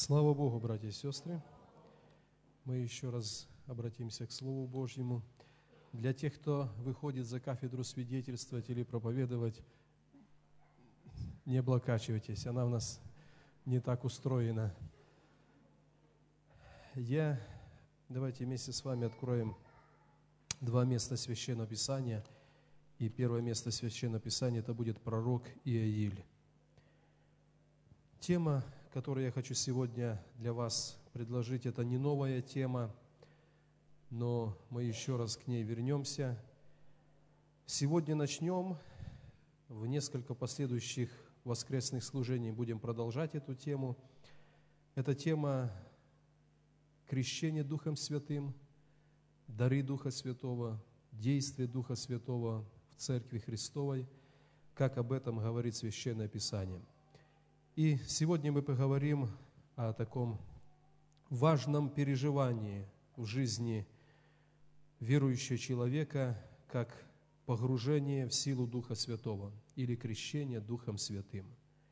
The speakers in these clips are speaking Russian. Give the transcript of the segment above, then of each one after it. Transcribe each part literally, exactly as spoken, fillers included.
Слава Богу, братья и сестры! Мы еще раз обратимся к Слову Божьему. Для тех, кто выходит за кафедру свидетельствовать или проповедовать, не облокачивайтесь, она у нас не так устроена. Я, давайте вместе с вами откроем два места Священного Писания. И первое место Священного Писания – это будет пророк Иаиль. Тема, которую я хочу сегодня для вас предложить, это не новая тема, но мы еще раз к ней вернемся. Сегодня начнем, в несколько последующих воскресных служений будем продолжать эту тему. Это тема крещения Духом Святым, дары Духа Святого, действия Духа Святого в Церкви Христовой, как об этом говорит Священное Писание. И сегодня мы поговорим о таком важном переживании в жизни верующего человека, как погружение в силу Духа Святого или крещение Духом Святым.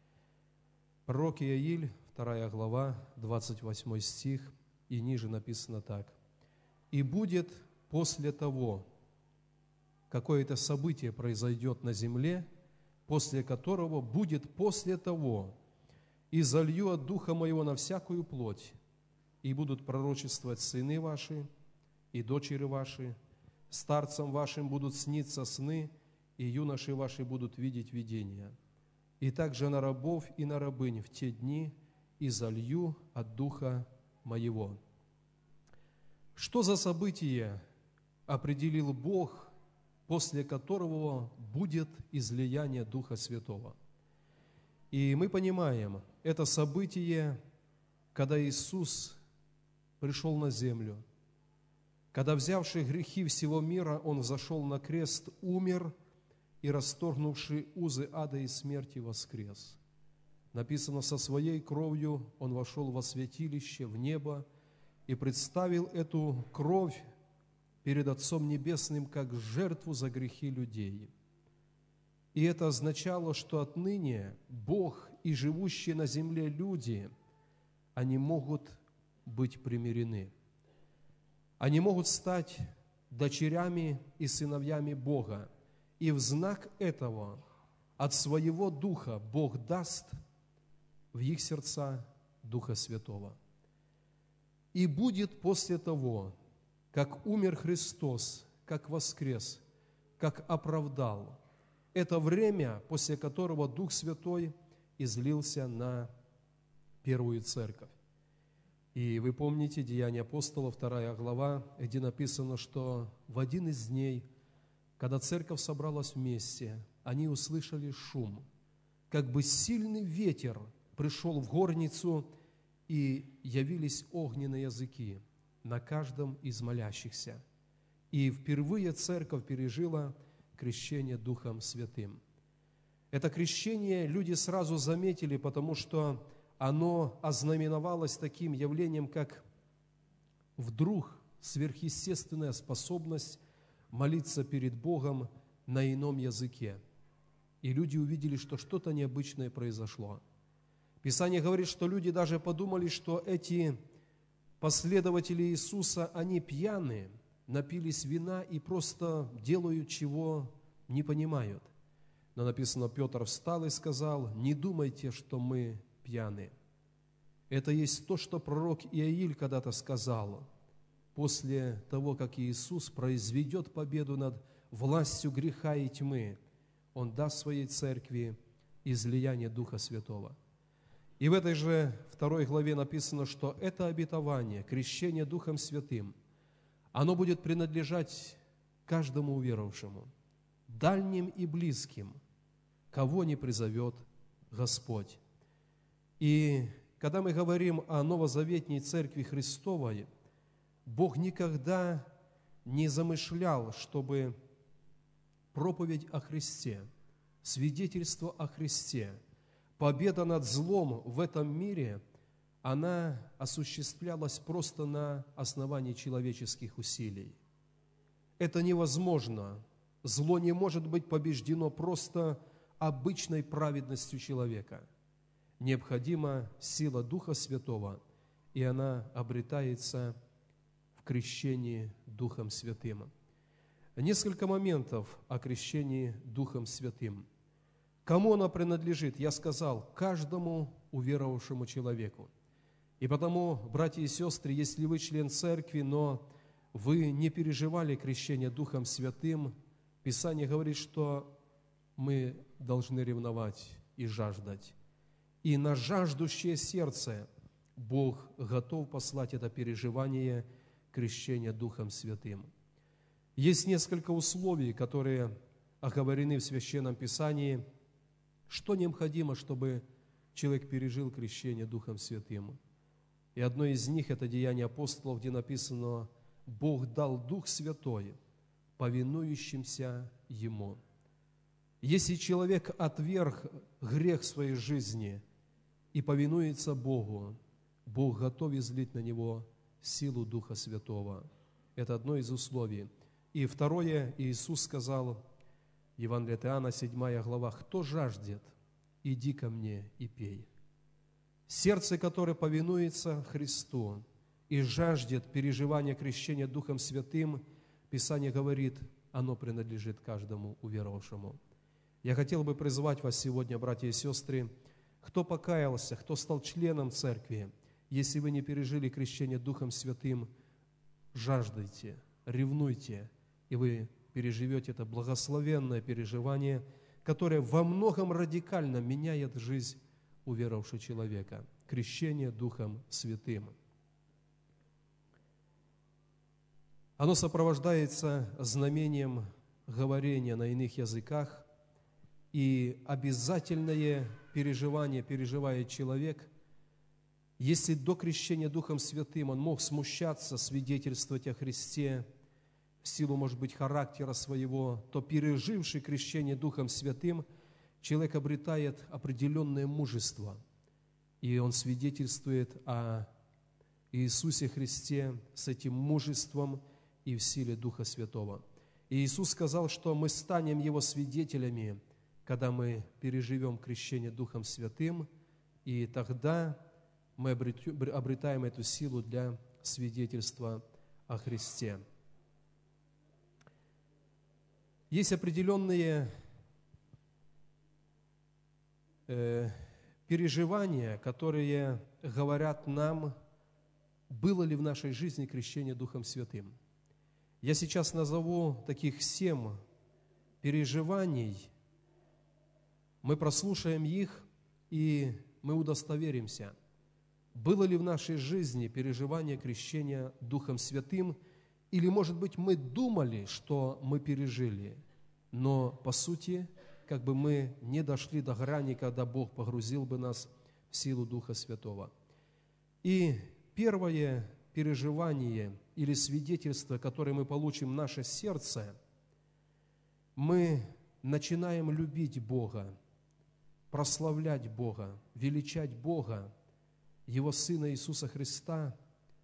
Пророк Иаиль, вторая глава, двадцать восьмой стих, и ниже написано так. «И будет после того, какое-то событие произойдет на земле, после которого будет после того, и залью от Духа Моего на всякую плоть, и будут пророчествовать сыны ваши и дочери ваши, старцам вашим будут сниться сны, и юноши ваши будут видеть видения. И также на рабов и на рабынь в те дни и залью от Духа Моего». Что за событие определил Бог, после которого будет излияние Духа Святого? И мы понимаем, это событие, когда Иисус пришел на землю, когда, взявший грехи всего мира, Он взошел на крест, умер и, расторгнувший узы ада и смерти, воскрес. Написано, со своей кровью Он вошел во святилище, в небо, и представил эту кровь перед Отцом Небесным как жертву за грехи людей. И это означало, что отныне Бог и живущие на земле люди, они могут быть примирены. Они могут стать дочерями и сыновьями Бога. И в знак этого от своего Духа Бог даст в их сердца Духа Святого. И будет после того, как умер Христос, как воскрес, как оправдал, это время, после которого Дух Святой излился на первую церковь. И вы помните Деяния апостолов, вторая глава, где написано, что в один из дней, когда церковь собралась вместе, они услышали шум, как бы сильный ветер пришел в горницу, и явились огненные языки на каждом из молящихся. И впервые церковь пережила крещение Духом Святым. Это крещение люди сразу заметили, потому что оно ознаменовалось таким явлением, как вдруг сверхъестественная способность молиться перед Богом на ином языке. И люди увидели, что что-то необычное произошло. Писание говорит, что люди даже подумали, что эти последователи Иисуса, они пьяны, напились вина и просто делают, чего не понимают. Но написано, Петр встал и сказал: «Не думайте, что мы пьяны». Это есть то, что пророк Иаиль когда-то сказал, после того, как Иисус произведет победу над властью греха и тьмы, Он даст своей церкви излияние Духа Святого. И в этой же второй главе написано, что это обетование, крещение Духом Святым, оно будет принадлежать каждому уверовавшему, дальним и близким, кого не призовет Господь. И когда мы говорим о новозаветней Церкви Христовой, Бог никогда не замышлял, чтобы проповедь о Христе, свидетельство о Христе, победа над злом в этом мире, она осуществлялась просто на основании человеческих усилий. Это невозможно. Зло не может быть побеждено просто обычной праведностью человека. необходима сила Духа Святого, и она обретается в крещении Духом Святым. Несколько моментов о крещении Духом Святым. Кому оно принадлежит? Я сказал, каждому уверовавшему человеку. И потому, братья и сестры, если вы член церкви, но вы не переживали крещение Духом Святым, Писание говорит, что мы должны ревновать и жаждать. И на жаждущее сердце Бог готов послать это переживание крещения Духом Святым. Есть несколько условий, которые оговорены в Священном Писании, что необходимо, чтобы человек пережил крещение Духом Святым. И одно из них – это Деяния апостолов, где написано: «Бог дал Дух Святой повинующимся Ему». Если человек отверг грех в своей жизни и повинуется Богу, Бог готов излить на него силу Духа Святого. Это одно из условий. И второе, Иисус сказал, Евангелие от Иоанна, седьмая глава: «Кто жаждет, иди ко мне и пей». Сердце, которое повинуется Христу и жаждет переживания крещения Духом Святым, Писание говорит, оно принадлежит каждому уверовавшему. Я хотел бы призвать вас сегодня, братья и сестры, кто покаялся, кто стал членом церкви, если вы не пережили крещение Духом Святым, жаждайте, ревнуйте, и вы переживете это благословенное переживание, которое во многом радикально меняет жизнь уверовавшего человека. Крещение Духом Святым. Оно сопровождается знамением говорения на иных языках, и обязательное переживание переживает человек. Если до крещения Духом Святым он мог смущаться, свидетельствовать о Христе в силу, может быть, характера своего, то переживший крещение Духом Святым, человек обретает определенное мужество, и он свидетельствует о Иисусе Христе с этим мужеством и в силе Духа Святого. И Иисус сказал, что мы станем Его свидетелями, когда мы переживем крещение Духом Святым, и тогда мы обретаем эту силу для свидетельства о Христе. Есть определенные э, переживания, которые говорят нам, было ли в нашей жизни крещение Духом Святым. Я сейчас назову таких семь переживаний. Мы прослушаем их, и мы удостоверимся, было ли в нашей жизни переживание крещения Духом Святым, или, может быть, мы думали, что мы пережили, но, по сути, как бы мы не дошли до грани, когда Бог погрузил бы нас в силу Духа Святого. И первое переживание или свидетельство, которое мы получим в наше сердце, мы начинаем любить Бога, прославлять Бога, величать Бога, Его Сына Иисуса Христа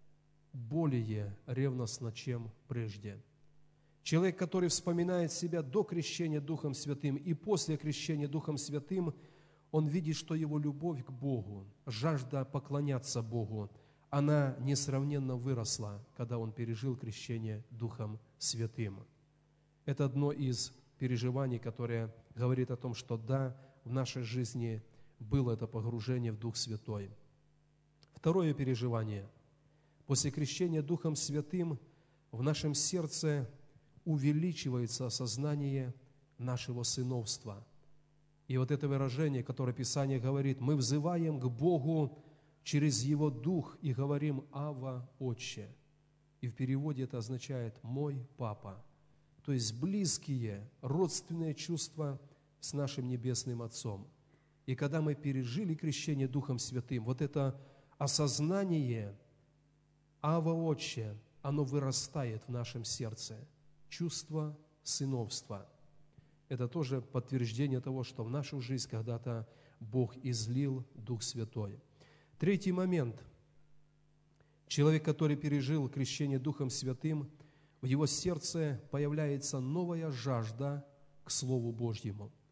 более ревностно, чем прежде. Человек, который вспоминает себя до крещения Духом Святым и после крещения Духом Святым, он видит, что его любовь к Богу, жажда поклоняться Богу, она несравненно выросла, когда он пережил крещение Духом Святым. Это одно из переживаний, которое говорит о том, что да, в нашей жизни было это погружение в Дух Святой. Второе переживание. После крещения Духом Святым в нашем сердце увеличивается осознание нашего сыновства. И вот это выражение, которое Писание говорит, мы взываем к Богу через Его Дух и говорим «Ава, Отче». И в переводе это означает «мой папа». То есть близкие, родственные чувства с нашим Небесным Отцом. И когда мы пережили крещение Духом Святым, вот это осознание «Ава, Отче», оно вырастает в нашем сердце. Чувство сыновства. Это тоже подтверждение того, что в нашу жизнь когда-то Бог излил Дух Святой. Третий момент. Человек, который пережил крещение Духом Святым, в его сердце появляется новая жажда к Слову Божьему.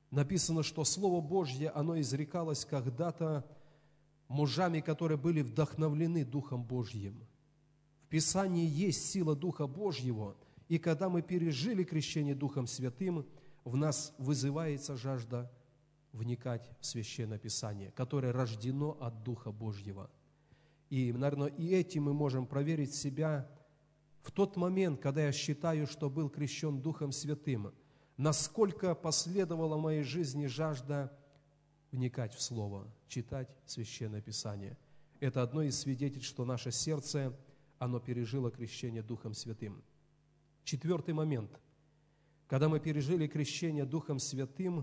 Написано, что Слово Божье, оно изрекалось когда-то мужами, которые были вдохновлены Духом Божьим. В Писании есть сила Духа Божьего, и когда мы пережили крещение Духом Святым, в нас вызывается жажда вникать в Священное Писание, которое рождено от Духа Божьего. И, наверное, и этим мы можем проверить себя в тот момент, когда я считаю, что был крещен Духом Святым, насколько последовала в моей жизни жажда вникать в Слово, читать Священное Писание. Это одно из свидетельств, что наше сердце, оно пережило крещение Духом Святым. Четвертый момент. Когда мы пережили крещение Духом Святым,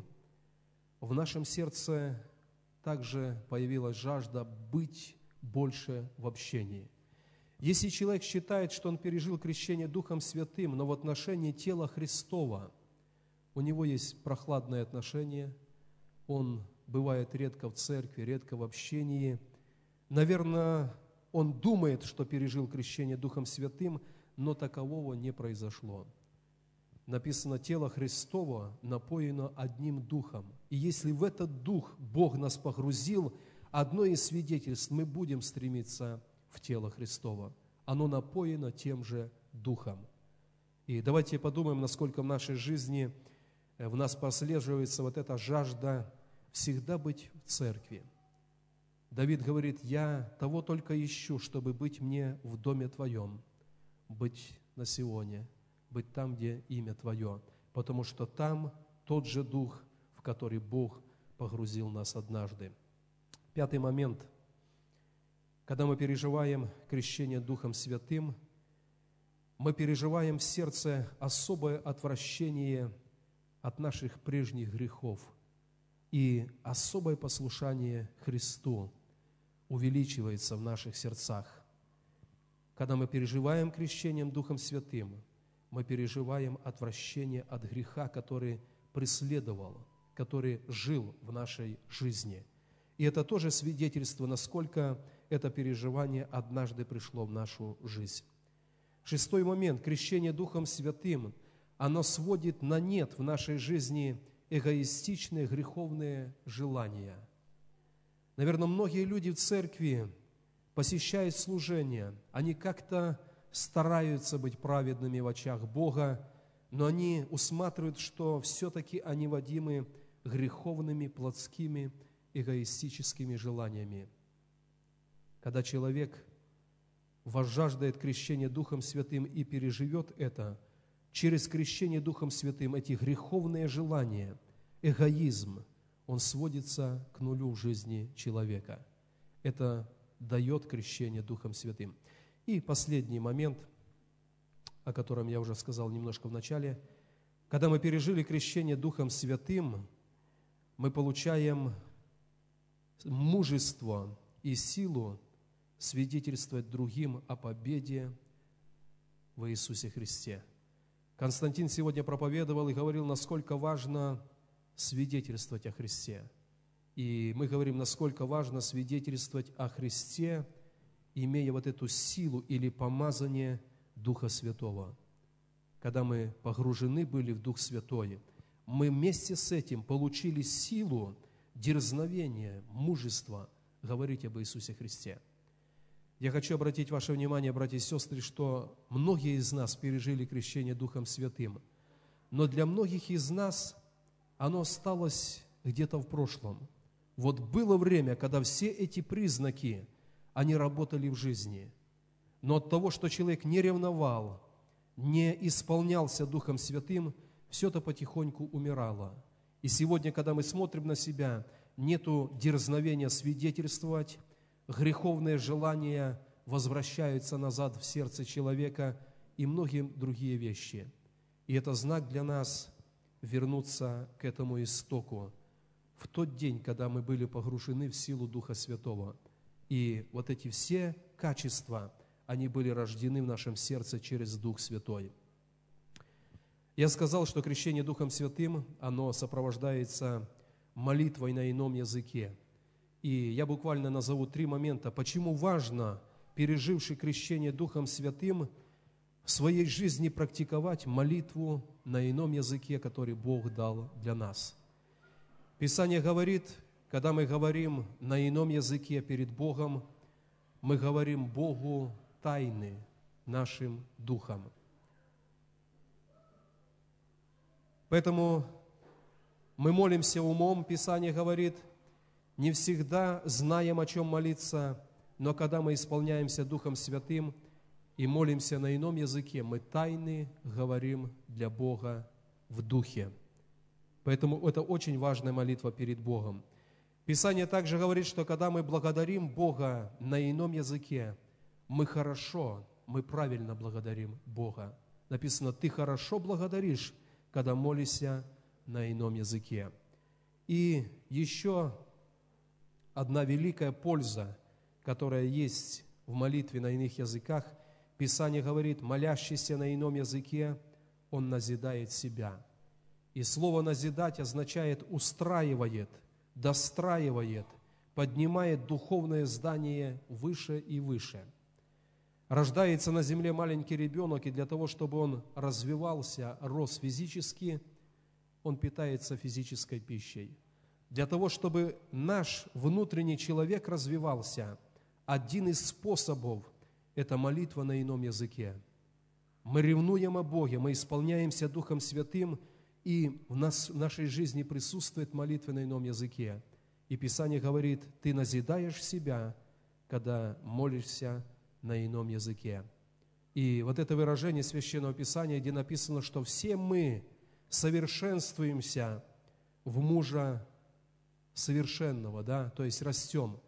в нашем сердце также появилась жажда быть больше в общении. Если человек считает, что он пережил крещение Духом Святым, но в отношении тела Христова у него есть прохладное отношение, он бывает редко в церкви, редко в общении, наверное, он думает, что пережил крещение Духом Святым, но такового не произошло. Написано, тело Христово напоено одним Духом. И если в этот Дух Бог нас погрузил, одно из свидетельств, мы будем стремиться в тело Христово. Оно напоено тем же Духом. И давайте подумаем, насколько в нашей жизни в нас прослеживается вот эта жажда всегда быть в церкви. Давид говорит, я того только ищу, чтобы быть мне в доме Твоем, быть на Сионе, быть там, где имя Твое, потому что там тот же Дух, в который Бог погрузил нас однажды. Пятый момент. Когда мы переживаем крещение Духом Святым, мы переживаем в сердце особое отвращение от наших прежних грехов, и особое послушание Христу увеличивается в наших сердцах. Когда мы переживаем крещением Духом Святым, мы переживаем отвращение от греха, который преследовал, который жил в нашей жизни. И это тоже свидетельство, насколько это переживание однажды пришло в нашу жизнь. Шестой момент. Крещение Духом Святым, оно сводит на нет в нашей жизни эгоистичные греховные желания. Наверное, многие люди в церкви посещают служение, они как-то стараются быть праведными в очах Бога, но они усматривают, что все-таки они водимы греховными, плотскими, эгоистическими желаниями. Когда человек возжаждает крещение Духом Святым и переживет это, через крещение Духом Святым эти греховные желания, эгоизм, он сводится к нулю в жизни человека. Это дает крещение Духом Святым. И последний момент, о котором я уже сказал немножко в начале. Когда мы пережили крещение Духом Святым, мы получаем мужество и силу свидетельствовать другим о победе в Иисусе Христе. Константин сегодня проповедовал и говорил, насколько важно свидетельствовать о Христе. И мы говорим, насколько важно свидетельствовать о Христе, имея вот эту силу или помазание Духа Святого. Когда мы погружены были в Дух Святой, мы вместе с этим получили силу, дерзновение, мужество говорить об Иисусе Христе. Я хочу обратить ваше внимание, братья и сестры, что многие из нас пережили крещение Духом Святым, но для многих из нас оно осталось где-то в прошлом. Вот было время, когда все эти признаки, они работали в жизни. Но от того, что человек не ревновал, не исполнялся Духом Святым, все это потихоньку умирало. И сегодня, когда мы смотрим на себя, нету дерзновения свидетельствовать, греховные желания возвращаются назад в сердце человека и многие другие вещи. И это знак для нас вернуться к этому истоку в тот день, когда мы были погружены в силу Духа Святого. И вот эти все качества, они были рождены в нашем сердце через Дух Святой. Я сказал, что крещение Духом Святым, оно сопровождается молитвой на ином языке. И я буквально назову три момента, почему важно, переживший крещение Духом Святым, в своей жизни практиковать молитву на ином языке, который Бог дал для нас. Писание говорит, когда мы говорим на ином языке перед Богом, мы говорим Богу тайны нашим духом. Поэтому мы молимся умом, Писание говорит, не всегда знаем, о чем молиться, но когда мы исполняемся Духом Святым и молимся на ином языке, мы тайны говорим для Бога в Духе. Поэтому это очень важная молитва перед Богом. Писание также говорит, что когда мы благодарим Бога на ином языке, мы хорошо, мы правильно благодарим Бога. Написано, ты хорошо благодаришь, когда молишься на ином языке. И еще одна великая польза, которая есть в молитве на иных языках, Писание говорит, молящийся на ином языке, он назидает себя. И слово «назидать» означает «устраивает», «достраивает», поднимает духовное здание выше и выше. Рождается на земле маленький ребенок, и для того, чтобы он развивался, рос физически, он питается физической пищей. Для того, чтобы наш внутренний человек развивался, один из способов – это молитва на ином языке. Мы ревнуем о Боге, мы исполняемся Духом Святым, и в, нас, в нашей жизни присутствует молитва на ином языке. И Писание говорит, ты назидаешь себя, когда молишься на ином языке. И вот это выражение Священного Писания, где написано, что все мы совершенствуемся в мужа совершенного, да, то есть растем.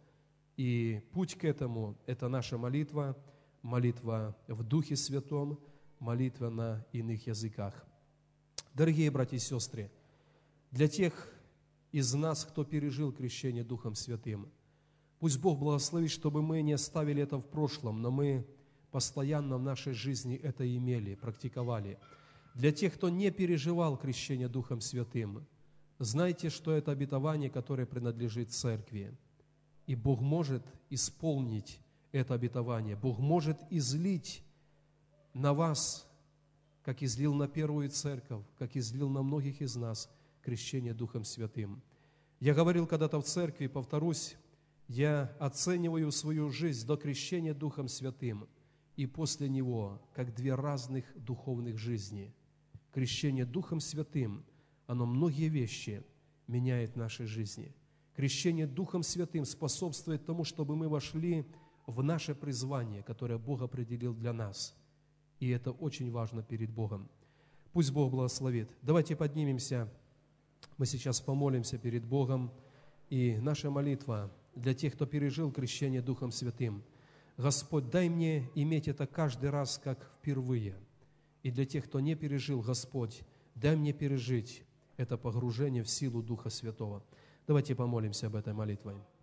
И путь к этому – это наша молитва, молитва в Духе Святом, молитва на иных языках. Дорогие братья и сестры, для тех из нас, кто пережил крещение Духом Святым, пусть Бог благословит, чтобы мы не оставили это в прошлом, но мы постоянно в нашей жизни это имели, практиковали. Для тех, кто не переживал крещение Духом Святым, знайте, что это обетование, которое принадлежит церкви. И Бог может исполнить это обетование. Бог может излить на вас, как излил на первую церковь, как излил на многих из нас крещение Духом Святым. Я говорил когда-то в церкви, повторюсь, я оцениваю свою жизнь до крещения Духом Святым и после него, как две разных духовных жизни. Крещение Духом Святым, оно многие вещи меняет в нашей жизни. Крещение Духом Святым способствует тому, чтобы мы вошли в наше призвание, которое Бог определил для нас. И это очень важно перед Богом. Пусть Бог благословит. Давайте поднимемся. Мы сейчас помолимся перед Богом. И наша молитва для тех, кто пережил крещение Духом Святым. Господь, дай мне иметь это каждый раз, как впервые. И для тех, кто не пережил, Господь, дай мне пережить это погружение в силу Духа Святого. Давайте помолимся об этой молитвой.